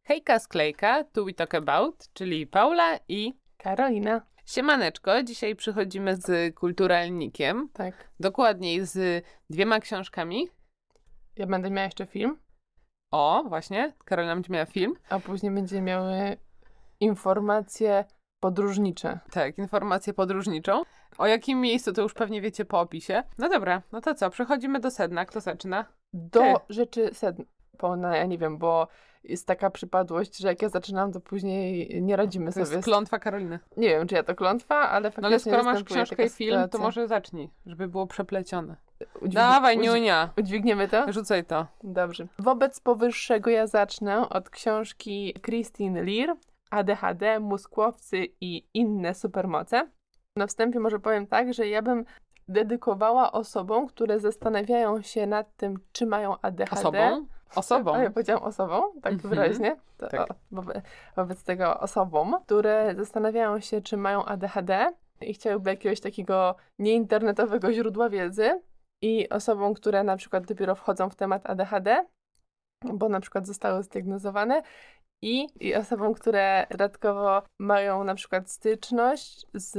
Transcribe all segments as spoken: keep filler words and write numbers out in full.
Hejka sklejka, tu we talk about, czyli Paula i Karolina. Siemaneczko, dzisiaj przychodzimy z kulturalnikiem. Tak. Dokładniej z dwiema książkami. Ja będę miała jeszcze film. O, właśnie, Karolina będzie miała film. A później będziemy miały informacje podróżnicze. Tak, informację podróżniczą. O jakim miejscu to już pewnie wiecie po opisie. No dobra, no to co, przechodzimy do sedna. Kto zaczyna? Do Ty. rzeczy sedna. Pełna, ja nie wiem, bo jest taka przypadłość, że jak ja zaczynam, to później nie radzimy To sobie. jest klątwa Karoliny. Nie wiem, czy ja to klątwa, ale faktycznie No ale skoro masz występuje książkę taka i film, sytuacja. to może zacznij, żeby było przeplecione. Udźwig- Dawaj, udź- niunia. Udźwigniemy to? Rzucaj to. Dobrze. Wobec powyższego ja zacznę od książki Christine Lear, A D H D, mózgłowcy i inne supermoce. Na wstępie może powiem tak, że ja bym dedykowała osobom, które zastanawiają się nad tym, czy mają A D H D. Osobą? Osobą. A ja powiedziałam osobą, tak Mhm. wyraźnie. To, Tak. o, wobec, wobec tego osobom, które zastanawiają się, czy mają A D H D i chciałyby jakiegoś takiego nieinternetowego źródła wiedzy, i osobom, które na przykład dopiero wchodzą w temat A D H D, bo na przykład zostały zdiagnozowane, i, i osobom, które dodatkowo mają na przykład styczność z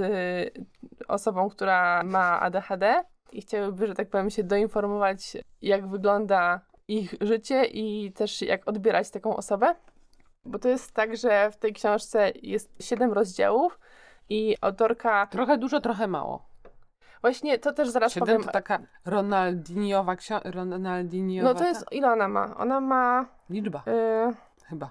osobą, która ma A D H D i chciałyby, że tak powiem, się doinformować, jak wygląda ich życie i też jak odbierać taką osobę. Bo to jest tak, że w tej książce jest siedem rozdziałów i autorka... Trochę dużo, trochę mało. Właśnie to też zaraz Siedem powiem. to taka Ronaldiniowa książka. Ronaldiniowa. No to jest... Ile ona ma? Ona ma... Liczba. Y, Chyba.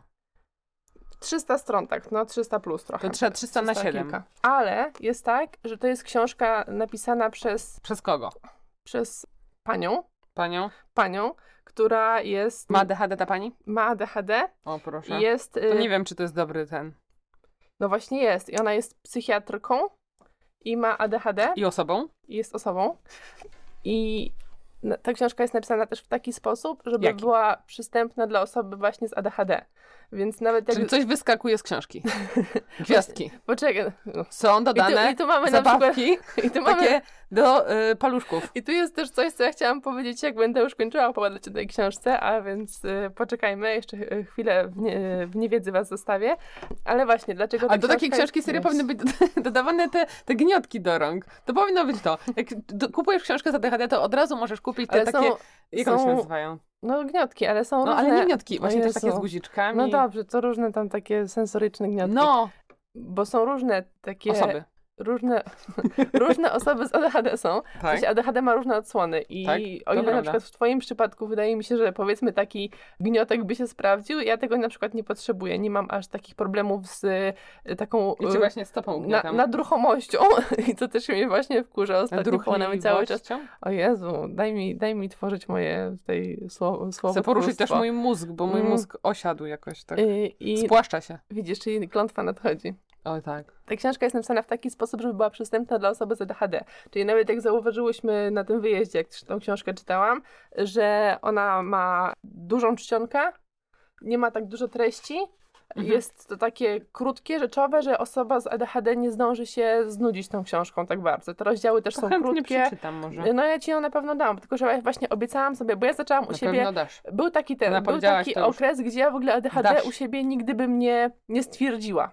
trzysta stron, tak, no trzysta plus trochę. To trzeba trzysta na siedem. kilka. Ale jest tak, że to jest książka napisana przez, Przez kogo? przez panią, Panią? panią, która jest... Ma A D H D ta pani? ma A D H D O, proszę. i jest... To y, nie wiem, czy to jest dobry ten. No właśnie jest. I ona jest psychiatrką i ma A D H D I osobą? i jest osobą. I na- ta książka jest napisana też w taki sposób, żeby Jaki? była przystępna dla osoby właśnie z A D H D. Więc nawet jak... Czyli coś wyskakuje z książki. Gwiazdki. Poczekaj. No. Są I, dodane tu, I tu mamy na zabawki przykład... I tu mamy... takie do y, paluszków. I tu jest też coś, co ja chciałam powiedzieć, jak będę już kończyła opowiadać o tej książce, a więc y, poczekajmy, jeszcze y, chwilę w, nie, w niewiedzy was zostawię. Ale właśnie, dlaczego ta A do takiej książka książki jest- serio Wiesz. powinny być doda- dodawane te, te gniotki do rąk. To powinno być to. Jak do, kupujesz książkę z A D H D, to od razu możesz kupić te Ale takie... są, Jak one się są- nazywają? no gniotki, ale są No różne... ale nie gniotki, właśnie O też takie z Jezu. guziczkami. No dobrze, to różne tam takie sensoryczne gniotki. No, Bo są różne takie... osoby. Różne, różne osoby z A D H D są. W Tak. sensie A D H D ma różne odsłony i Tak, o to ile na prawda. przykład w twoim przypadku wydaje mi się, że powiedzmy taki gniotek by się sprawdził, ja tego na przykład nie potrzebuję. Nie mam aż takich problemów z y, taką I cię y, właśnie stopą na, ugniatam. nadruchomością i to też mnie właśnie wkurza ostatnio, bo ona mi cały czas... Nadruchliwością? O Jezu, daj mi, daj mi tworzyć moje tutaj słowo, słowo Chcę poruszyć też mój mózg, bo mój Mm. mózg osiadł jakoś tak. I, i Spłaszcza się. widzisz, czyli klątwa nadchodzi. O tak. Ta książka jest napisana w taki sposób, żeby była przystępna dla osoby z A D H D. Czyli nawet jak zauważyłyśmy na tym wyjeździe, jak tą książkę czytałam, że ona ma dużą czcionkę, nie ma tak dużo treści, Mhm. jest to takie krótkie, rzeczowe, że osoba z A D H D nie zdąży się znudzić tą książką tak bardzo. Te rozdziały też To są chętnie krótkie. przeczytam może. No ja ci ją na pewno dam, tylko że ja właśnie obiecałam sobie, bo ja zaczęłam u Na siebie... pewno dasz. Był taki ten, Ona był powiedziałaś taki to już. okres, gdzie ja w ogóle A D H D Dasz. u siebie nigdy bym nie, nie stwierdziła.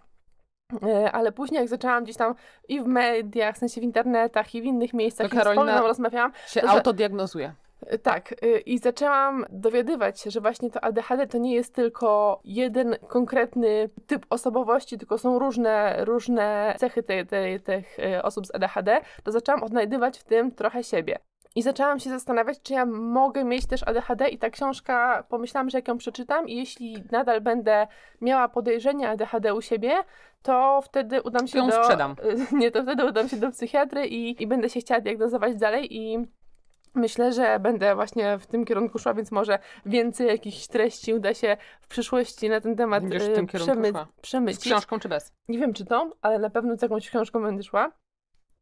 E, Ale później jak zaczęłam gdzieś tam i w mediach, w sensie w internetach i w innych miejscach, To i z Karolina- Pauliną rozmawiałam, Się To, że- autodiagnozuje. e, tak, e, i zaczęłam dowiadywać się, że właśnie to A D H D to nie jest tylko jeden konkretny typ osobowości, tylko są różne, różne cechy te, te, tych e, osób z A D H D, to zaczęłam odnajdywać w tym trochę siebie. I zaczęłam się zastanawiać, czy ja mogę mieć też A D H D i ta książka, pomyślałam, że jak ją przeczytam i jeśli nadal będę miała podejrzenie A D H D u siebie, to wtedy udam się ją do... sprzedam. Nie, to wtedy udam się do psychiatry i, i będę się chciała diagnozować dalej i myślę, że będę właśnie w tym kierunku szła, więc może więcej jakichś treści uda się w przyszłości na ten temat Będziesz w y, tym kierunku szła. Z przemycić. książką czy bez? Nie wiem czy tą, ale na pewno z jakąś książką będę szła.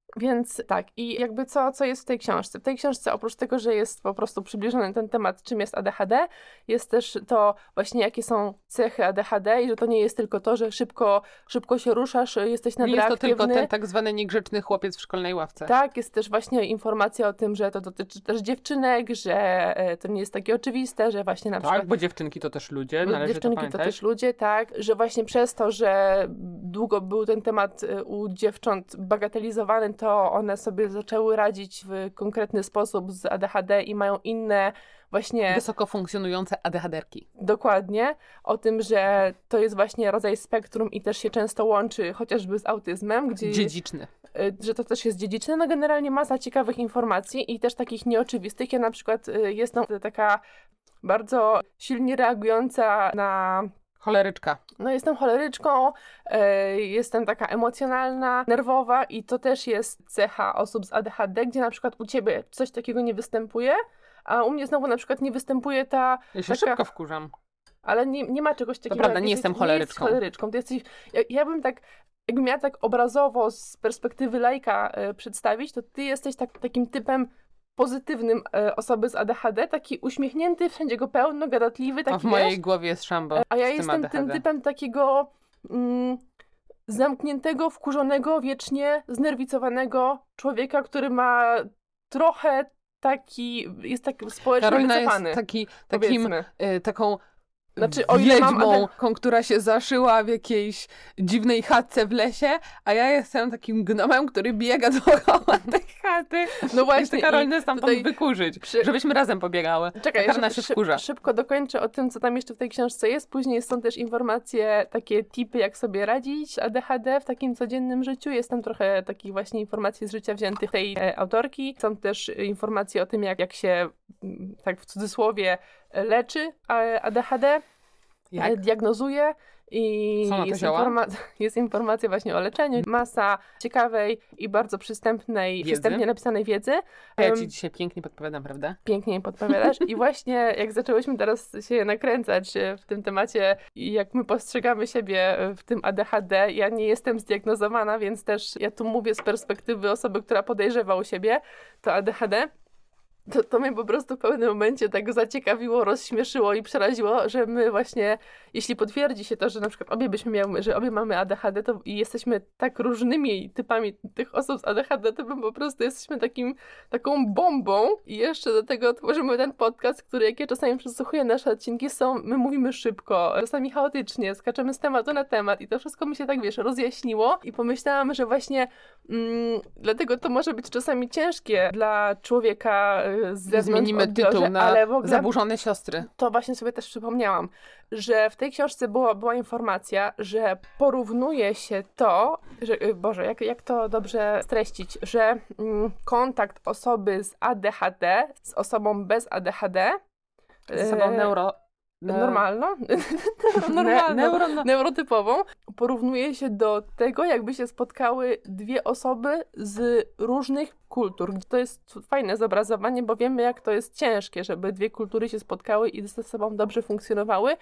Więc tak, i jakby co, co jest w tej książce? W tej książce oprócz tego, że jest po prostu przybliżony ten temat, czym jest A D H D, jest też to właśnie, jakie są cechy A D H D i że to nie jest tylko to, że szybko, szybko się ruszasz, jesteś nadreaktywny. Nie jest to tylko ten tak zwany niegrzeczny chłopiec w szkolnej ławce. Tak, jest też właśnie informacja o tym, że to dotyczy też dziewczynek, że to nie jest takie oczywiste, że właśnie na tak, przykład... bo dziewczynki to też ludzie, należy Dziewczynki to to pamiętać. też ludzie, tak, że właśnie przez to, że długo był ten temat u dziewcząt bagatelizowany, to one sobie zaczęły radzić w konkretny sposób z A D H D i mają inne właśnie... Wysoko funkcjonujące ADHD-erki. Dokładnie. O tym, że to jest właśnie rodzaj spektrum i też się często łączy chociażby z autyzmem. Gdzie, dziedziczny. Że to też jest dziedziczne. No generalnie masa ciekawych informacji i też takich nieoczywistych. Ja na przykład jestem taka bardzo silnie reagująca na... Choleryczka. No jestem choleryczką, yy, jestem taka emocjonalna, nerwowa i to też jest cecha osób z A D H D, gdzie na przykład u ciebie coś takiego nie występuje, a u mnie znowu na przykład nie występuje ta... Ja się taka... szybko wkurzam. Ale nie, nie ma czegoś takiego... To prawda, jak nie jesteś, jestem choleryczką. Nie jesteś choleryczką. Ty jesteś, ja, ja bym tak, jakbym miała tak obrazowo z perspektywy laika yy, przedstawić, to ty jesteś tak, takim typem pozytywnym e, osoby z A D H D, taki uśmiechnięty, wszędzie go pełno, gadatliwy, taki, A w mojej wiesz, głowie jest szambo. a ja z tym jestem A D H D. tym typem takiego mm, zamkniętego, wkurzonego, wiecznie znerwicowanego człowieka, który ma trochę taki, jest tak społecznie Karolina wycofany. jest taki, takim, y, taką Znaczy, o ile mam wiedźmą, ade- która się zaszyła w jakiejś dziwnej chatce w lesie, a ja jestem takim gnomem, który biega dookoła tej chaty. No właśnie. Chcę Karolinę stamtąd tutaj wykurzyć, przy- żebyśmy razem pobiegały. Czekaj, Karolina szyb- się szyb- wkurza. Szybko dokończę o tym, co tam jeszcze w tej książce jest. Później są też informacje, takie tipy, jak sobie radzić A D H D w takim codziennym życiu. Jest tam trochę takich właśnie informacji z życia wziętych tej e, autorki. Są też e, informacje o tym, jak, jak się, m, tak w cudzysłowie, e, leczy e, A D H D. Jak? Diagnozuje i Są na to jest, zioła? informa- jest informacja właśnie o leczeniu. Masa ciekawej i bardzo przystępnej, Wiedzy. przystępnie napisanej wiedzy. Ja Em, ci dzisiaj pięknie podpowiadam, prawda? Pięknie podpowiadasz. I właśnie jak zaczęłyśmy teraz się nakręcać e, w tym temacie i jak my postrzegamy siebie e, w tym A D H D, ja nie jestem zdiagnozowana, więc też ja tu mówię z perspektywy osoby, która podejrzewa u siebie to A D H D. To, to mnie po prostu w pewnym momencie tak zaciekawiło, rozśmieszyło i przeraziło, że my właśnie, jeśli potwierdzi się to, że na przykład obie byśmy miały, że obie mamy A D H D, to i jesteśmy tak różnymi typami tych osób z A D H D, to my po prostu jesteśmy takim, taką bombą i jeszcze do tego tworzymy ten podcast, który jak ja czasami przesłuchuję nasze odcinki, są, my mówimy szybko, czasami chaotycznie, skaczemy z tematu na temat i to wszystko mi się tak, wiesz, rozjaśniło i pomyślałam, że właśnie mm, dlatego to może być czasami ciężkie dla człowieka z zewnątrz Zmienimy odbiorze, tytuł na ale w ogóle Zaburzone siostry. to właśnie sobie też przypomniałam, że w tej książce była, była informacja, że porównuje się to, że, Boże, jak, jak to dobrze streścić, że mm, kontakt osoby z A D H D z osobą bez A D H D Ze sobą e, neuro... normalną, Ne- neuro... neurotypową, porównuje się do tego, jakby się spotkały dwie osoby z różnych kultur. To jest fajne zobrazowanie, bo wiemy, jak to jest ciężkie, żeby dwie kultury się spotkały i ze sobą dobrze funkcjonowały.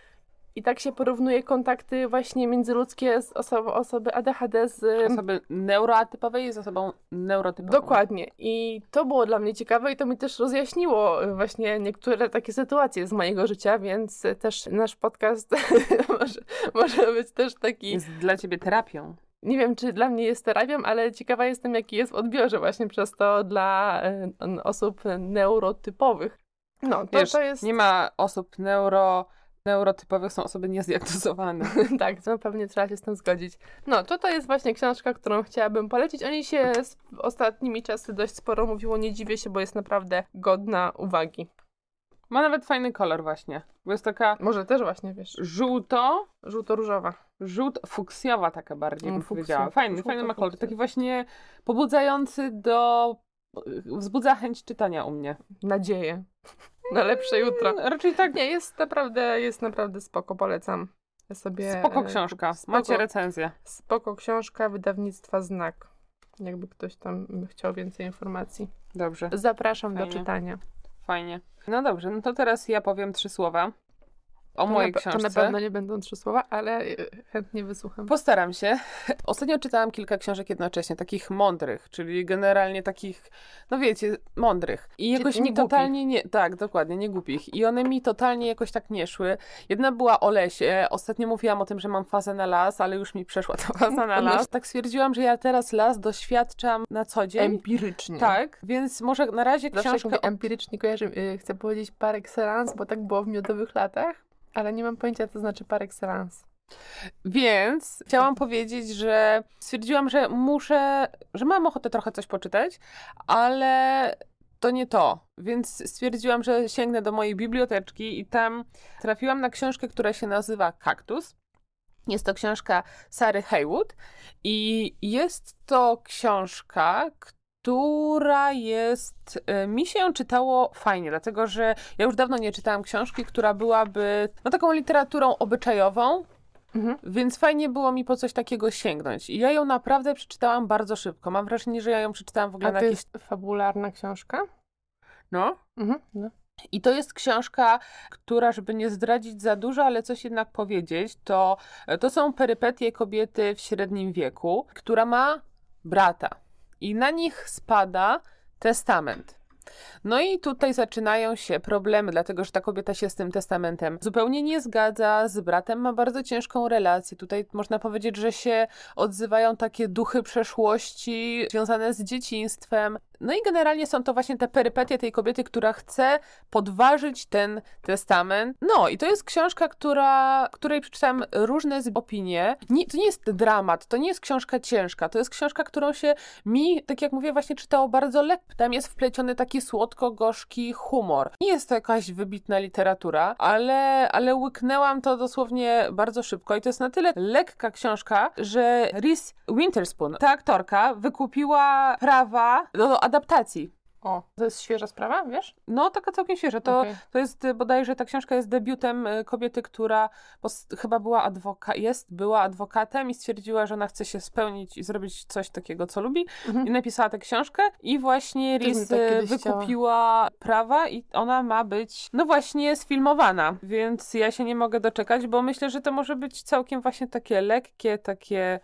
I tak się porównuje kontakty właśnie międzyludzkie z oso- osoby A D H D z... Osoby neuroatypowej z osobą neurotypową. Dokładnie. I to było dla mnie ciekawe i to mi też rozjaśniło właśnie niektóre takie sytuacje z mojego życia, więc też nasz podcast może, może być też taki... Jest dla ciebie terapią. Nie wiem, czy dla mnie jest terapią, ale ciekawa jestem, jaki jest w odbiorze właśnie przez to dla y, osób neurotypowych. No, to, Wiesz, to jest... nie ma osób neuro... neurotypowych, są osoby niezdiagnozowane. Tak, to pewnie trzeba się z tym zgodzić. No, to to jest właśnie książka, którą chciałabym polecić. O niej się z ostatnimi czasy dość sporo mówiło, nie dziwię się, bo jest naprawdę godna uwagi. Ma nawet fajny kolor właśnie, bo jest taka Może też właśnie, wiesz, żółto, żółto-różowa. żółto, fuksjowa taka bardziej Mm, bym fuksja, powiedziała. Fajny, żółto fajny ma kolor, fuksja. taki właśnie pobudzający do... wzbudza chęć czytania u mnie. Nadzieję na lepsze jutro. Mm, Raczej tak, Nie, jest naprawdę, jest naprawdę spoko, polecam. Ja sobie, spoko e, książka. spoko, Macie recenzję. Spoko książka wydawnictwa Znak. Jakby ktoś tam chciał więcej informacji. Dobrze, Zapraszam Fajnie. do czytania. fajnie. No dobrze, no to teraz ja powiem trzy słowa. o mojej to na, książce. To na pewno nie będą trzy słowa, ale chętnie wysłucham. Postaram się. Ostatnio czytałam kilka książek jednocześnie, takich mądrych, czyli generalnie takich, no wiecie, mądrych. I jakoś nie mi głupich. totalnie nie, tak, dokładnie, nie głupich. I one mi totalnie jakoś tak nie szły. Jedna była o lesie. Ostatnio mówiłam o tym, że mam fazę na las, ale już mi przeszła ta faza na las. Tak stwierdziłam, że ja teraz las doświadczam na co dzień. Empirycznie. Tak, więc może na razie Zawsze książkę... jak mówię empirycznie kojarzę, yy, chcę powiedzieć par excellence, bo tak było w miodowych latach, ale nie mam pojęcia, co to znaczy par excellence. Więc chciałam powiedzieć, że stwierdziłam, że muszę, że mam ochotę trochę coś poczytać, ale to nie to. Więc stwierdziłam, że sięgnę do mojej biblioteczki i tam trafiłam na książkę, która się nazywa Kaktus. Jest to książka Sary Haywood i jest to książka, która jest, mi się ją czytało fajnie, dlatego że ja już dawno nie czytałam książki, która byłaby no, taką literaturą obyczajową, mhm. więc fajnie było mi po coś takiego sięgnąć. I ja ją naprawdę przeczytałam bardzo szybko. Mam wrażenie, że ja ją przeczytałam w ogóle A na to jakieś... jest fabularna książka? No. Mhm. No. I to jest książka, która, żeby nie zdradzić za dużo, ale coś jednak powiedzieć, to, to są perypetie kobiety w średnim wieku, która ma brata. I na nich spada testament. No i tutaj zaczynają się problemy, dlatego że ta kobieta się z tym testamentem zupełnie nie zgadza, z bratem ma bardzo ciężką relację. Tutaj można powiedzieć, że się odzywają takie duchy przeszłości związane z dzieciństwem. No i generalnie są to właśnie te perypetie tej kobiety, która chce podważyć ten testament. No i to jest książka, która, której przeczytałam różne opinie. Nie, to nie jest dramat, to nie jest książka ciężka, to jest książka, którą się mi, tak jak mówię, właśnie czytało bardzo lekko. Tam jest wpleciony taki słodko-gorzki humor. Nie jest to jakaś wybitna literatura, ale, ale łyknęłam to dosłownie bardzo szybko i to jest na tyle lekka książka, że Reese Witherspoon, ta aktorka, wykupiła prawa do adaptacji. O, to jest świeża sprawa, wiesz? No, taka całkiem świeża. To, Okay. to jest bodajże, ta książka jest debiutem kobiety, która pos- chyba była adwoka- jest, była adwokatem i stwierdziła, że ona chce się spełnić i zrobić coś takiego, co lubi. Mhm. I napisała tę książkę i właśnie Reese tak wykupiła chciała. prawa i ona ma być, no właśnie, sfilmowana. Więc ja się nie mogę doczekać, bo myślę, że to może być całkiem właśnie takie lekkie, takie...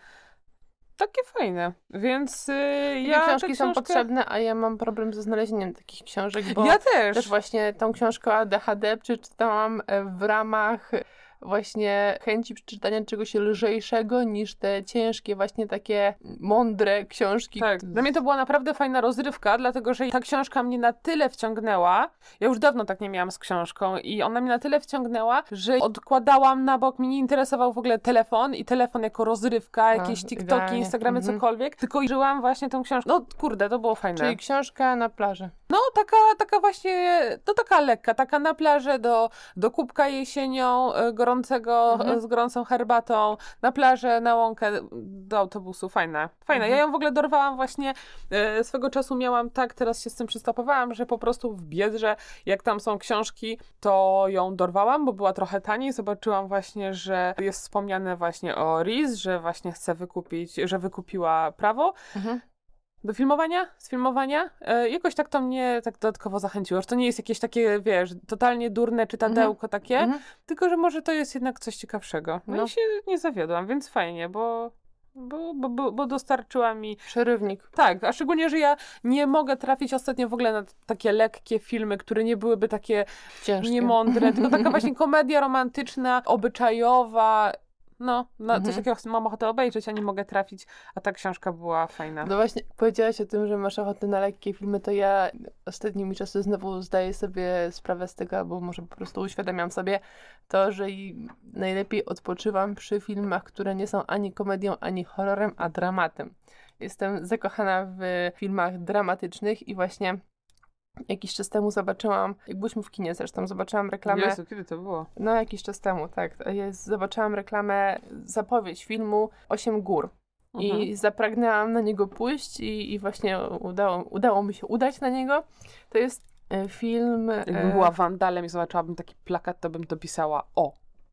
Takie fajne, więc yy, ja książki książkę... są potrzebne, a ja mam problem ze znalezieniem takich książek, bo ja też. też właśnie tą książkę o A D H D przeczytałam w ramach właśnie chęci przeczytania czegoś lżejszego niż te ciężkie, właśnie takie mądre książki. Tak, dla mnie to była naprawdę fajna rozrywka, dlatego że ta książka mnie na tyle wciągnęła, ja już dawno tak nie miałam z książką i ona mnie na tyle wciągnęła, że odkładałam na bok, mnie nie interesował w ogóle telefon i telefon jako rozrywka, jakieś TikToki, idealnie. Instagramy, mhm. cokolwiek, tylko żyłam właśnie tą książką. No kurde, to było fajne. Czyli książka na plaży. No taka, taka właśnie, no taka lekka, taka na plażę do, do kubka jesienią, gorącego, mhm. z gorącą herbatą, na plażę, na łąkę, do autobusu, fajna, fajna. Mhm. Ja ją w ogóle dorwałam właśnie, e, swego czasu miałam tak, teraz się z tym przystopowałam, że po prostu w Biedrze, jak tam są książki, to ją dorwałam, bo była trochę taniej, zobaczyłam właśnie, że jest wspomniane właśnie o Reese, że właśnie chce wykupić, że wykupiła prawo. Mhm. Do filmowania? Z filmowania? E, jakoś tak to mnie tak dodatkowo zachęciło, że to nie jest jakieś takie, wiesz, totalnie durne czytadełko mm-hmm. takie, mm-hmm. tylko że może to jest jednak coś ciekawszego. No, no. i się nie zawiodłam, więc fajnie, bo, bo, bo, bo, bo dostarczyła mi... Przerywnik. Tak, a szczególnie, że ja nie mogę trafić ostatnio w ogóle na takie lekkie filmy, które nie byłyby takie ciężkie, niemądre, tylko taka właśnie komedia romantyczna, obyczajowa. No, no mhm. coś takiego mam ochotę obejrzeć, a nie mogę trafić, a ta książka była fajna. No właśnie, powiedziałaś o tym, że masz ochotę na lekkie filmy, to ja ostatnimi czasy znowu zdaję sobie sprawę z tego, albo może po prostu uświadamiam sobie to, że najlepiej odpoczywam przy filmach, które nie są ani komedią, ani horrorem, a dramatem. Jestem zakochana w filmach dramatycznych i właśnie jakiś czas temu zobaczyłam, jak byliśmy w kinie zresztą, zobaczyłam reklamę... Jezu, kiedy to było? No, jakiś czas temu, tak. Jest, zobaczyłam reklamę, zapowiedź filmu Osiem gór. Mhm. I zapragnęłam na niego pójść i, i właśnie udało, udało mi się udać na niego. To jest e, film... Jakbym e... była wandalem i zobaczyłabym taki plakat, to bym dopisała o.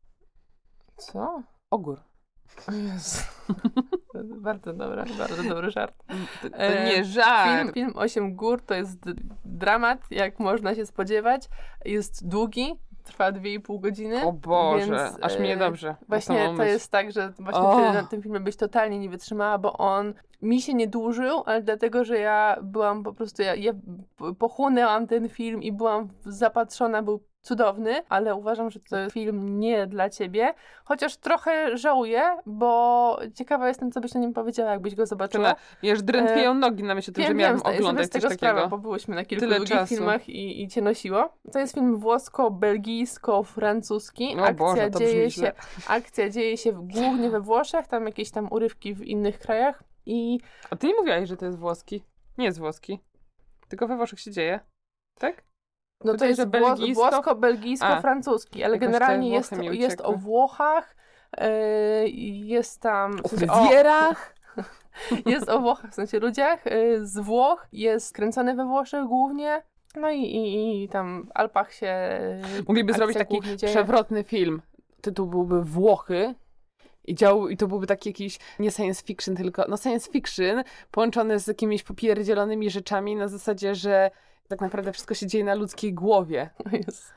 Co? Ogór. O Jezu. Bardzo dobra, bardzo dobry żart. To, to nie żart. Film, film Osiem gór to jest dramat, jak można się spodziewać. Jest długi, trwa dwie i pół godziny. O Boże, więc, aż mnie dobrze. Właśnie to jest tak, że właśnie oh. ty na tym filmie byś totalnie nie wytrzymała, bo on mi się nie dłużył, ale dlatego, że ja byłam po prostu, ja, ja pochłonęłam ten film i byłam zapatrzona, był cudowny, ale uważam, że to jest film nie dla ciebie, chociaż trochę żałuję, bo ciekawa jestem, co byś na nim powiedziała, jakbyś go zobaczyła. Wiesz, drętwieją nogi na myśl o tym, wiem, że miałam wiem, oglądać z tego coś takiego. sprawa, bo byłyśmy na kilku Tyle długich czasu. filmach i, i cię nosiło. To jest film włosko-belgijsko-francuski. O Akcja Boże, to dzieje brzmi się, źle. akcja dzieje się w, głównie we Włoszech, tam jakieś tam urywki w innych krajach i A ty nie mówiłaś, że to jest włoski? Nie jest włoski. Tylko we Włoszech się dzieje. Tak? no to Tutaj, jest że wło- belgijsko- włosko-belgijsko-francuski, ale Jakoś te generalnie Włochy jest, mi jest o uciekły. Włochach, yy, jest tam... O w sensie fryzjerach! Jest o Włochach, w sensie ludziach yy, z Włoch, jest kręcony we Włoszech głównie, no i, i, i tam w Alpach się yy, Mogliby akcja zrobić taki głównie dzieje. przewrotny film. Tytuł byłby Włochy. I, dział, I to byłby taki jakiś, nie science fiction, tylko no science fiction połączony z jakimiś popierdzielonymi rzeczami na zasadzie, że tak naprawdę wszystko się dzieje na ludzkiej głowie. O Jezu.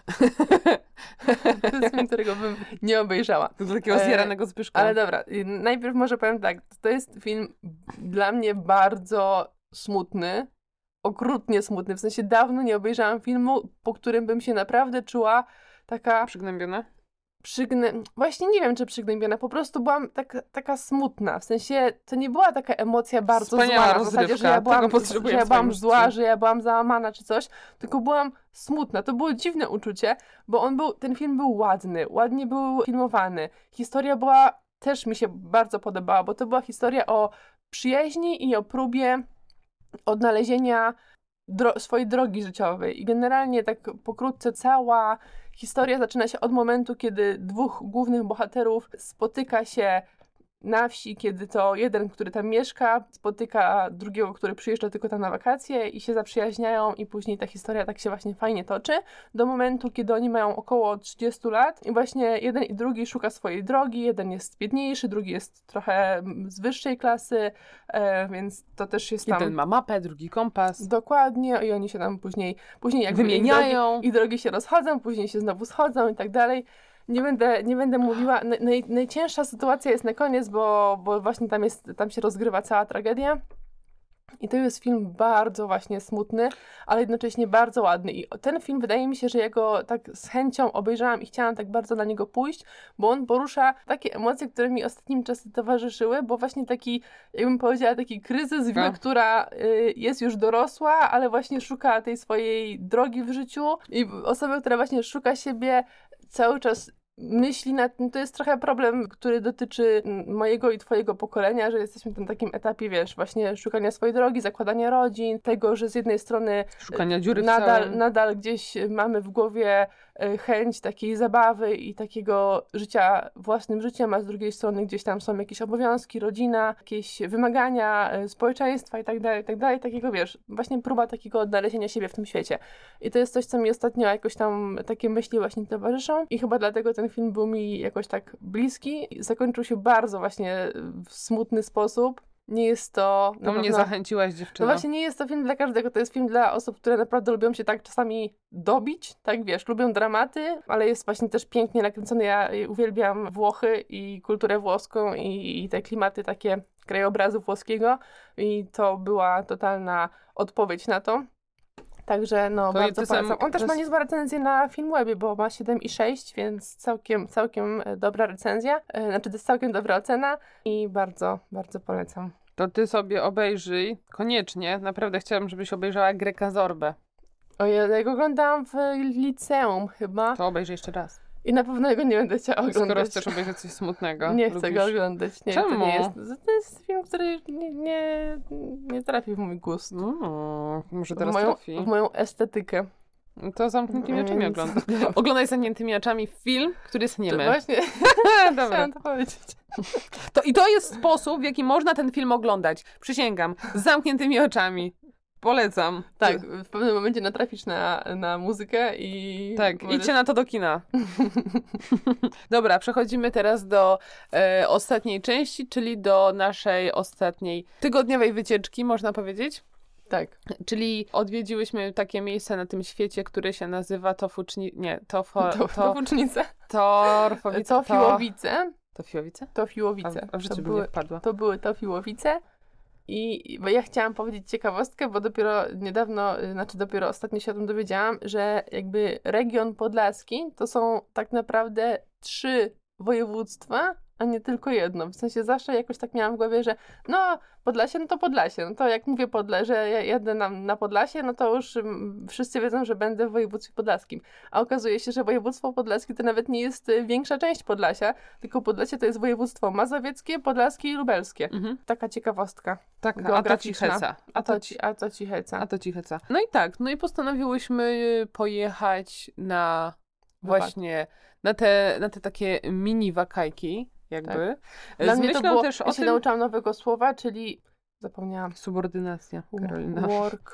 To jest film, którego bym nie obejrzała. Do takiego zjaranego Zbyszka. Ale dobra, najpierw może powiem tak, to jest film dla mnie bardzo smutny, okrutnie smutny, w sensie dawno nie obejrzałam filmu, po którym bym się naprawdę czuła taka... Przygnębiona? Przygnę... Właśnie nie wiem, czy przygnębiona, po prostu byłam tak, taka smutna, w sensie to nie była taka emocja bardzo Wspaniała zła, na zasadzie, że ja byłam, że ja byłam zła, że ja byłam załamana czy coś, tylko byłam smutna. To było dziwne uczucie, bo on był, ten film był ładny, ładnie był filmowany. Historia była, też mi się bardzo podobała, bo to była historia o przyjaźni i o próbie odnalezienia dro- swojej drogi życiowej. I generalnie tak pokrótce cała historia zaczyna się od momentu, kiedy dwóch głównych bohaterów spotyka się na wsi, kiedy to jeden, który tam mieszka, spotyka drugiego, który przyjeżdża tylko tam na wakacje i się zaprzyjaźniają i później ta historia tak się właśnie fajnie toczy, do momentu, kiedy oni mają około trzydziestu lat i właśnie jeden i drugi szuka swojej drogi, jeden jest biedniejszy, drugi jest trochę z wyższej klasy, e, więc to też jest tam... Jeden ma mapę, drugi kompas. Dokładnie i oni się tam później, później jakby wymieniają. I drogi, i drogi się rozchodzą, później się znowu schodzą i tak dalej. Nie będę, nie będę mówiła, naj, najcięższa sytuacja jest na koniec, bo, bo właśnie tam, jest, tam się rozgrywa cała tragedia. I to jest film bardzo właśnie smutny, ale jednocześnie bardzo ładny. I ten film wydaje mi się, że ja go tak z chęcią obejrzałam i chciałam tak bardzo na niego pójść, bo on porusza takie emocje, które mi ostatnim czasem towarzyszyły, bo właśnie taki, jakbym powiedziała, taki kryzys wieku, A. która y, jest już dorosła, ale właśnie szuka tej swojej drogi w życiu i osoby, która właśnie szuka siebie, cały czas myśli nad tym, to jest trochę problem, który dotyczy mojego i twojego pokolenia, że jesteśmy w tym takim etapie, wiesz, właśnie szukania swojej drogi, zakładania rodzin, tego, że z jednej strony Szukania dziury w nadal, całym. nadal gdzieś mamy w głowie chęć takiej zabawy i takiego życia własnym życiem, a z drugiej strony gdzieś tam są jakieś obowiązki, rodzina, jakieś wymagania społeczeństwa i tak dalej, i tak dalej, takiego, wiesz, właśnie próba takiego odnalezienia siebie w tym świecie. I to jest coś, co mi ostatnio jakoś tam takie myśli właśnie towarzyszą i chyba dlatego ten film był mi jakoś tak bliski. Zakończył się bardzo właśnie w smutny sposób. Nie jest to... To mnie zachęciłaś, dziewczyno. No właśnie nie jest to film dla każdego, to jest film dla osób, które naprawdę lubią się tak czasami dobić, tak wiesz, lubią dramaty, ale jest właśnie też pięknie nakręcony. Ja uwielbiam Włochy i kulturę włoską i, i te klimaty takie krajobrazu włoskiego i to była totalna odpowiedź na to. Także no, To bardzo to polecam. sam- On też to ma jest- niezłe recenzje na Filmwebie, bo ma siedem i sześć, więc całkiem, całkiem dobra recenzja. E, Znaczy to jest całkiem dobra ocena i bardzo, bardzo polecam. To ty sobie obejrzyj, koniecznie, naprawdę chciałam, żebyś obejrzała Greka Zorbę. O, ja go oglądałam w liceum chyba To obejrzyj jeszcze raz. i na pewno go nie będę chciała oglądać. Skoro chcesz obejrzeć coś smutnego. Nie chcę lubisz... go oglądać. Nie, Czemu? To, nie jest, to jest film, który nie, nie, nie trafi w mój gust. Mm, może teraz w, moją, trafi. w moją estetykę. To zamkniętymi oczami Więc- oglądaj. Oglądaj z zamkniętymi oczami film, który jest To niemy. właśnie Dobra. chciałam to powiedzieć. To, I to jest sposób, w jaki można ten film oglądać. Przysięgam. Z zamkniętymi oczami. Polecam. Tak, w pewnym momencie natrafisz na, na muzykę i... Tak, będziesz- idźcie na to do kina. Dobra, przechodzimy teraz do e, ostatniej części, czyli do naszej ostatniej tygodniowej wycieczki, można powiedzieć. Tak. Czyli odwiedziłyśmy takie miejsce na tym świecie, które się nazywa Tofuczni... Nie, Tofo... To, to Fucznice. Torfowice. Tofiłowice. Tofiłowice? Tofiłowice. A, a w życiu to by były, nie wpadła. To były Tofiłowice. I bo ja chciałam powiedzieć ciekawostkę, bo dopiero niedawno, znaczy dopiero ostatnio się o tym dowiedziałam, że jakby region podlaski to są tak naprawdę trzy województwa, a nie tylko jedno. W sensie zawsze jakoś tak miałam w głowie, że no Podlasie, no to Podlasie. No to jak mówię Podle, że ja jadę na, na Podlasie, no to już um, wszyscy wiedzą, że będę w województwie podlaskim. A okazuje się, że województwo podlaskie to nawet nie jest większa część Podlasia, tylko Podlasie to jest województwo mazowieckie, podlaskie i lubelskie. Mhm. Taka ciekawostka. Tak, a to ci heca. A to ci, a to ci heca. A to ci heca. No i tak, no i postanowiłyśmy pojechać na właśnie, na te, na te takie mini wakajki, jakby. Tak. Dla Z mnie to myślą było, też o ja się tym... nauczyłam nowego słowa, czyli Zapomniałam. Subordynacja, Karolina. Work.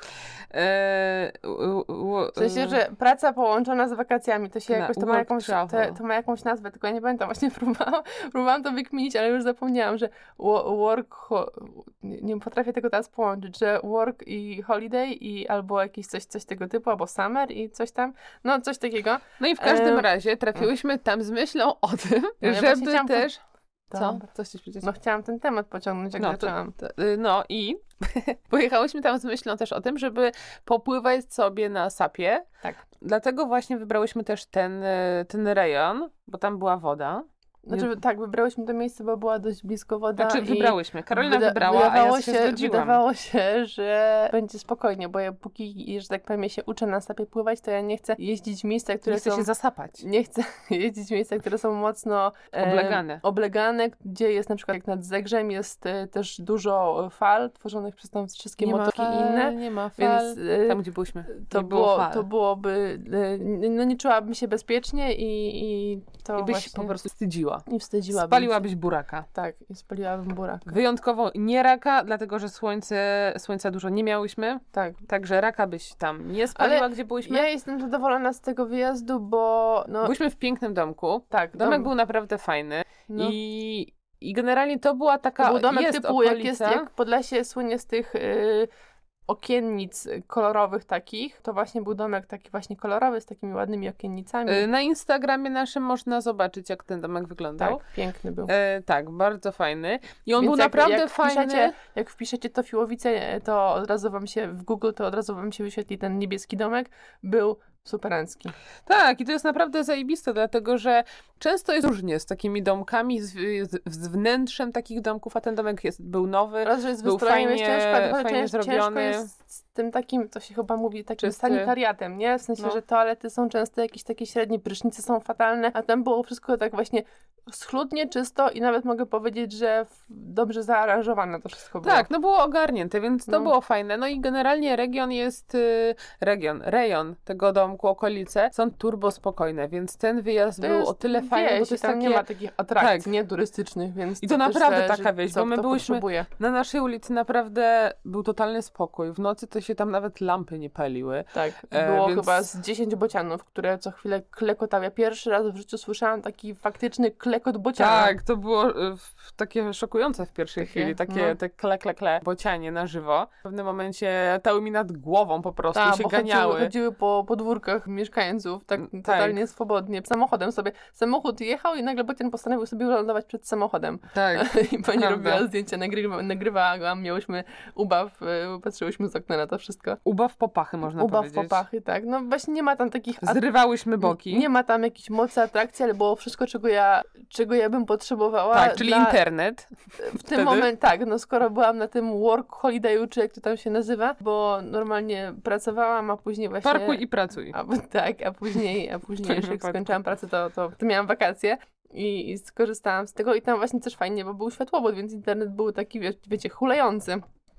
E, u, u, w sensie, że praca połączona z wakacjami, to się na, jakoś, to ma jakąś, te, to ma jakąś nazwę, tylko ja nie pamiętam, właśnie próbowałam, próbowałam to wykminić, ale już zapomniałam, że work, ho, nie, nie potrafię tego teraz połączyć, że work i holiday i albo jakieś coś, coś tego typu, albo summer i coś tam, no coś takiego. No i w każdym e... razie trafiłyśmy tam z myślą o tym, no, żeby ja też... To, Co? Coś ci powiedzieć? No chciałam ten temat pociągnąć, jak no, zaczęłam. To, to, no i pojechałyśmy tam z myślą też o tym, żeby popływać sobie na sapie. Tak. Dlatego właśnie wybrałyśmy też ten, ten rejon, bo tam była woda. Znaczy, nie... tak, wybrałyśmy to miejsce, bo była dość blisko woda. Znaczy, wybrałyśmy. Karolina wyda- wybrała, wydawało a ja się, się zgodziłam. Wydawało się, że będzie spokojnie, bo ja póki, że tak powiem, ja się uczę na sapie pływać, to ja nie chcę jeździć w miejsca, które nie chcę są... się zasapać. Nie chcę jeździć w miejsca, które są mocno... E, oblegane. Oblegane, gdzie jest na przykład, jak nad Zegrzem jest e, też dużo fal tworzonych przez tam wszystkie nie motoki fal, i inne. Nie ma fal. Więc, e, tam, gdzie byliśmy, to, nie było, było fal. to byłoby... E, no nie czułabym się bezpiecznie i, i to I byś właśnie... po prostu wstydziła. I wstydziłabym. Spaliłabyś buraka. Tak, i spaliłabym buraka. Wyjątkowo nie raka, dlatego że słońce, słońca dużo nie miałyśmy. Tak. Także raka byś tam nie spaliła, ale gdzie byłyśmy. Ja jestem zadowolona z tego wyjazdu, bo... No, byliśmy w pięknym domku. Tak. Domek dom... był naprawdę fajny. No. I, I generalnie to była taka... To był domek jest typu, okolica. jak jest, jak Podlasie słynie z tych... Yy... okiennic kolorowych takich, to właśnie był domek taki właśnie kolorowy, z takimi ładnymi okiennicami. Na Instagramie naszym można zobaczyć, jak ten domek wyglądał. Tak, piękny był. E, tak, bardzo fajny. I on Więc był jak, naprawdę jak fajny. Wpiszecie, jak wpiszecie Tofiłowice, to od razu wam się w Google, to od razu wam się wyświetli ten niebieski domek. Był superancki. Tak, i to jest naprawdę zajebiste, dlatego że często jest różnie z takimi domkami, z, z, z wnętrzem takich domków, a ten domek jest, był nowy, Raz, że jest był wystrojem, fajnie, jest ciężko, fajnie cięż, zrobiony. Ciężko jest z tym takim, to się chyba mówi, takim Czysty. sanitariatem, nie? W sensie, no. że toalety są często jakieś takie średnie, prysznice są fatalne, a tam było wszystko tak właśnie schludnie, czysto i nawet mogę powiedzieć, że dobrze zaaranżowane to wszystko było. Tak, no było ogarnięte, więc to no. było fajne. No i generalnie region jest, y, region, rejon tego domku, okolice są turbo spokojne, więc ten wyjazd to był jest o tyle wieś, fajny, bo to jest tam takie... nie ma takich atrakcji, tak. nie turystycznych, więc I to, to naprawdę zależy, taka wieś, co, bo my byłyśmy potrzebuje. na naszej ulicy, naprawdę był totalny spokój. W nocy to się tam nawet lampy nie paliły. Tak, było e, więc... chyba z dziesięć bocianów, które co chwilę klekotały. Ja pierwszy raz w życiu słyszałam taki faktyczny klekot bociana. Tak, to było y, takie szokujące w pierwszej takie, chwili, takie no. te kle, kle, kle, bocianie na żywo. W pewnym momencie tały mi nad głową po prostu Ta, się bo ganiały. Chodziły, chodziły po podwórkach mieszkańców, tak totalnie tak. swobodnie. Samochodem sobie. Samochód jechał i nagle bocian postanowił sobie lądować przed samochodem. Tak. I pani prawda. robiła zdjęcia, nagrywa, nagrywała go, a miałyśmy ubaw, patrzyłyśmy z okna na to wszystko. Ubaw popachy, można ubaw powiedzieć. Ubaw popachy, tak. No właśnie nie ma tam takich... Zrywałyśmy boki. Nie, nie ma tam jakiejś mocy atrakcji, ale było wszystko, czego ja, czego ja bym potrzebowała. Tak, czyli dla... internet. W tym momencie, tak, no skoro byłam na tym work holidayu, czy jak to tam się nazywa, bo normalnie pracowałam, a później właśnie... Parkuj i pracuj. A, tak, a później, a później już jak skończyłam pracę, to, to, to miałam wakacje. I, I skorzystałam z tego i tam właśnie też fajnie, bo był światłowód, więc internet był taki, wie, wiecie, hulający,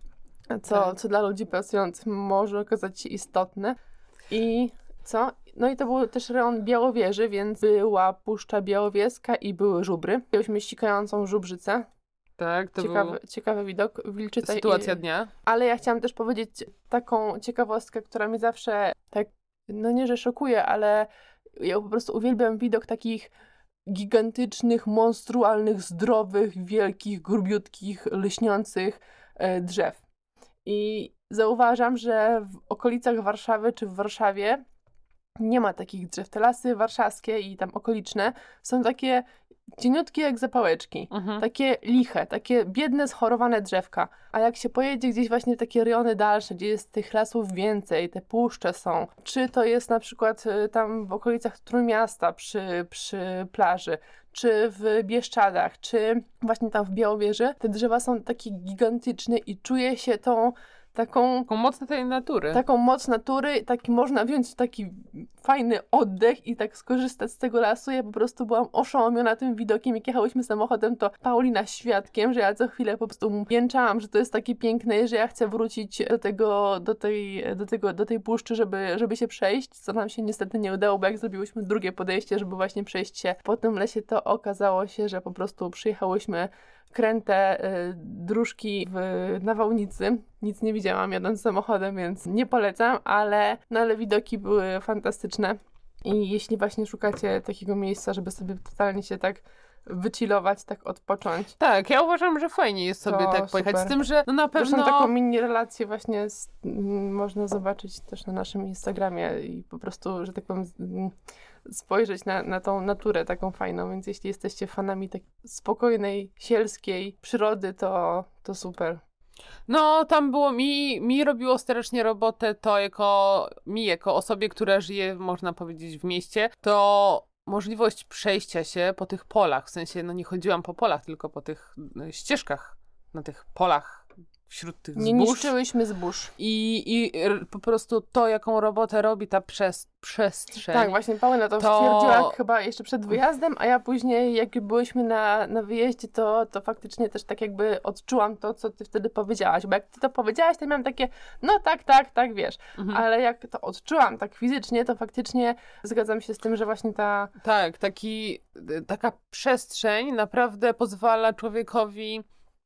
co, tak. co dla ludzi pracujących może okazać się istotne. I co? No i to był też rejon Białowieży, więc była Puszcza Białowieska i były żubry. Mieliśmy ścikającą żubrzycę. Tak, to ciekawy, był ciekawy widok. Wilczyca sytuacja i... dnia. Ale ja chciałam też powiedzieć taką ciekawostkę, która mnie zawsze tak, no nie, że szokuje, ale ja po prostu uwielbiam widok takich gigantycznych, monstrualnych, zdrowych, wielkich, grubiutkich, lśniących e, drzew. I zauważam, że w okolicach Warszawy czy w Warszawie nie ma takich drzew. Te lasy warszawskie i tam okoliczne są takie cieniutkie jak zapałeczki. Mhm. Takie liche, takie biedne, schorowane drzewka. A jak się pojedzie gdzieś właśnie w takie rejony dalsze, gdzie jest tych lasów więcej, te puszcze są, czy to jest na przykład y, tam w okolicach Trójmiasta przy, przy plaży, czy w Bieszczadach, czy właśnie tam w Białowieży, te drzewa są takie gigantyczne i czuje się tą taką Taką moc tej natury. taką moc natury, taki można wziąć taki fajny oddech i tak skorzystać z tego lasu. Ja po prostu byłam oszołomiona tym widokiem, jak jechałyśmy samochodem, to Paulina świadkiem, że ja co chwilę po prostu jęczałam, że to jest takie piękne, że ja chcę wrócić do tego, do tej, do tego, do tej puszczy, żeby, żeby się przejść, co nam się niestety nie udało, bo jak zrobiłyśmy drugie podejście, żeby właśnie przejść się po tym lesie, to okazało się, że po prostu przyjechałyśmy kręte y, dróżki w nawałnicy. Nic nie widziałam jadąc samochodem, więc nie polecam, ale, no, ale widoki były fantastyczne. I jeśli właśnie szukacie takiego miejsca, żeby sobie totalnie się tak wychillować, tak odpocząć. Tak, ja uważam, że fajnie jest sobie To tak pojechać. super. Z tym, że no na Zresztą pewno... taką mini relację właśnie z, m, można zobaczyć też na naszym Instagramie i po prostu, że tak powiem, z- m, spojrzeć na, na tą naturę taką fajną, więc jeśli jesteście fanami takiej spokojnej, sielskiej przyrody, to, to super. No, tam było mi, mi robiło strasznie robotę to jako, mi jako osobie, która żyje, można powiedzieć, w mieście, to możliwość przejścia się po tych polach, w sensie, no nie chodziłam po polach, tylko po tych y, ścieżkach, na tych polach, wśród tych Nie zbóż. niszczyłyśmy zbóż. I, i r- po prostu to, jaką robotę robi ta przez, przestrzeń. Tak, właśnie Paulina to, to- stwierdziła chyba jeszcze przed wyjazdem, a ja później, jak byłyśmy na, na wyjeździe, to, to faktycznie też tak jakby odczułam to, co ty wtedy powiedziałaś, bo jak ty to powiedziałaś, to miałam takie, no tak, tak, tak, wiesz, Mhm. ale jak to odczułam tak fizycznie, to faktycznie zgadzam się z tym, że właśnie ta, Tak, taki, y, taka przestrzeń naprawdę pozwala człowiekowi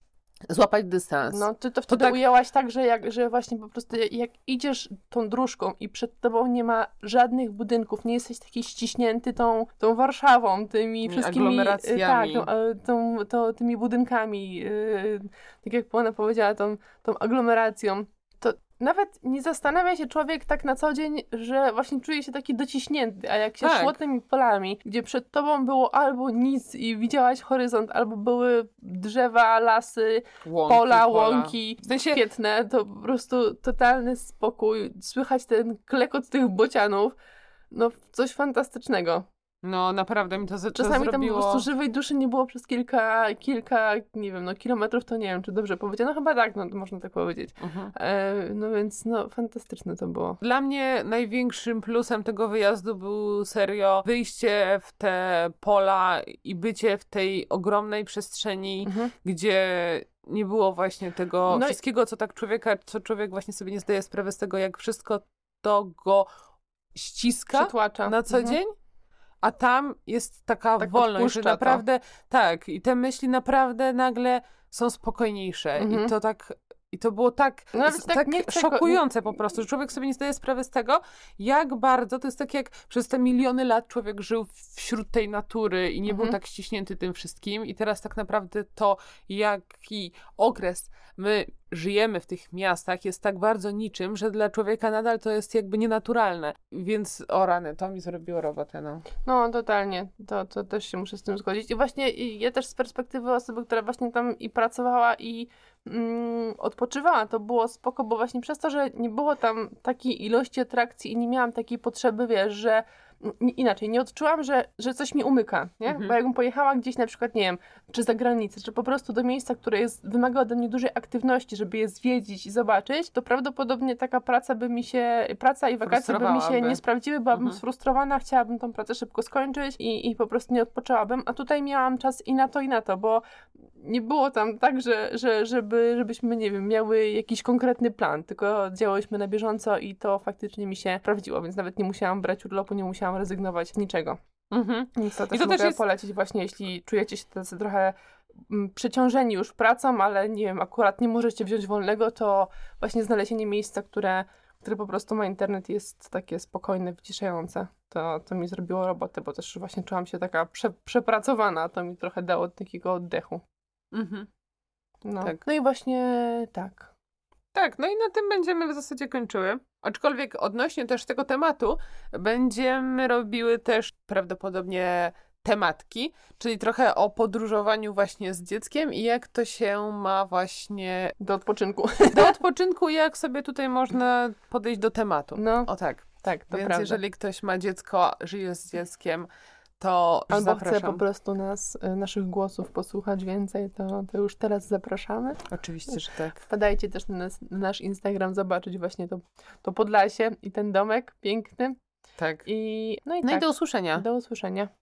złapać dystans. no ty to wtedy tak- ujęłaś tak, że, jak, że właśnie po prostu jak idziesz tą dróżką i przed tobą nie ma żadnych budynków, nie jesteś taki ściśnięty tą, tą Warszawą, tymi Tymi wszystkimi... aglomeracjami. Tak, tą, e, tą, to, tymi budynkami, y, tak jak ona powiedziała, tą, tą aglomeracją. To nawet nie zastanawia się człowiek tak na co dzień, że właśnie czuje się taki dociśnięty, a jak się Tak. szło tymi polami, gdzie przed tobą było albo nic i widziałaś horyzont, albo były drzewa, lasy, Łąki, pola, łąki, W sensie, świetne, to po prostu totalny spokój, słychać ten klekot tych bocianów, no coś fantastycznego. no naprawdę mi to, za- to Czasami tam zrobiło... po prostu żywej duszy nie było przez kilka, kilka, nie wiem, no kilometrów, to nie wiem, czy dobrze powiedzieć, no chyba tak, no to można tak powiedzieć. Mhm. E, no więc, no fantastyczne to było. Dla mnie największym plusem tego wyjazdu był serio wyjście w te pola i bycie w tej ogromnej przestrzeni, Mhm. gdzie nie było właśnie tego No i- wszystkiego, co tak człowieka, co człowiek właśnie sobie nie zdaje sprawy z tego, jak wszystko to go ściska Przytłacza. na co Mhm. dzień. A tam jest taka Tak wolność, że odpuszcza to. naprawdę, tak, i te myśli naprawdę nagle są spokojniejsze. Mhm. I to tak, i to było tak, No nawet s- tak tak nie chcę go- szokujące po prostu, że człowiek sobie nie zdaje sprawy z tego, jak bardzo, to jest tak jak przez te miliony lat człowiek żył wśród tej natury i nie był Mhm. tak ściśnięty tym wszystkim. I teraz tak naprawdę to, jaki okres my żyjemy w tych miastach, jest tak bardzo niczym, że dla człowieka nadal to jest jakby nienaturalne. Więc o rany, to mi zrobiło robotę, no. No, totalnie. To, to też się muszę z tym zgodzić. I właśnie i ja też z perspektywy osoby, która właśnie tam i pracowała i mm, odpoczywała, to było spoko, bo właśnie przez to, że nie było tam takiej ilości atrakcji i nie miałam takiej potrzeby, wiesz, że n- inaczej, nie odczułam, że, że coś mi umyka, nie? Mhm. Bo jakbym pojechała gdzieś na przykład, nie wiem, czy za granicę, czy po prostu do miejsca, które jest, wymaga ode mnie dużej aktywności, żeby je zwiedzić i zobaczyć, to prawdopodobnie taka praca by mi się, praca i wakacje by mi się Frustrowałaby. nie sprawdziły, byłabym Mhm. sfrustrowana, chciałabym tą pracę szybko skończyć i, i po prostu nie odpoczęłabym, a tutaj miałam czas i na to, i na to, bo nie było tam tak, że, że żeby, żebyśmy, nie wiem, miały jakiś konkretny plan, tylko działałyśmy na bieżąco i to faktycznie mi się sprawdziło, więc nawet nie musiałam brać urlopu, nie musiałam rezygnować z niczego. Mhm. Więc to też to mogę też jest- polecić właśnie, jeśli czujecie się tacy trochę mm, przeciążeni już pracą, ale nie wiem, akurat nie możecie wziąć wolnego, to właśnie znalezienie miejsca, które, które po prostu ma internet, jest takie spokojne, wyciszające. To, to mi zrobiło robotę, bo też właśnie czułam się taka prze, przepracowana, to mi trochę dało takiego oddechu. Mhm. No. Tak. No i właśnie tak. Tak, no i na tym będziemy w zasadzie kończyły. Aczkolwiek odnośnie też tego tematu będziemy robiły też prawdopodobnie tematki, czyli trochę o podróżowaniu właśnie z dzieckiem i jak to się ma właśnie Do odpoczynku. do odpoczynku i jak sobie tutaj można podejść do tematu. No, O tak. tak, to Więc prawda. jeżeli ktoś ma dziecko, żyje z dzieckiem, to Albo zapraszam. chce po prostu nas, y, naszych głosów posłuchać więcej, to, to już teraz zapraszamy. Oczywiście, że tak. Wpadajcie też na, nas, na nasz Instagram, zobaczyć właśnie to, to Podlasie i ten domek piękny. Tak. I, no i No tak, i do usłyszenia. do usłyszenia.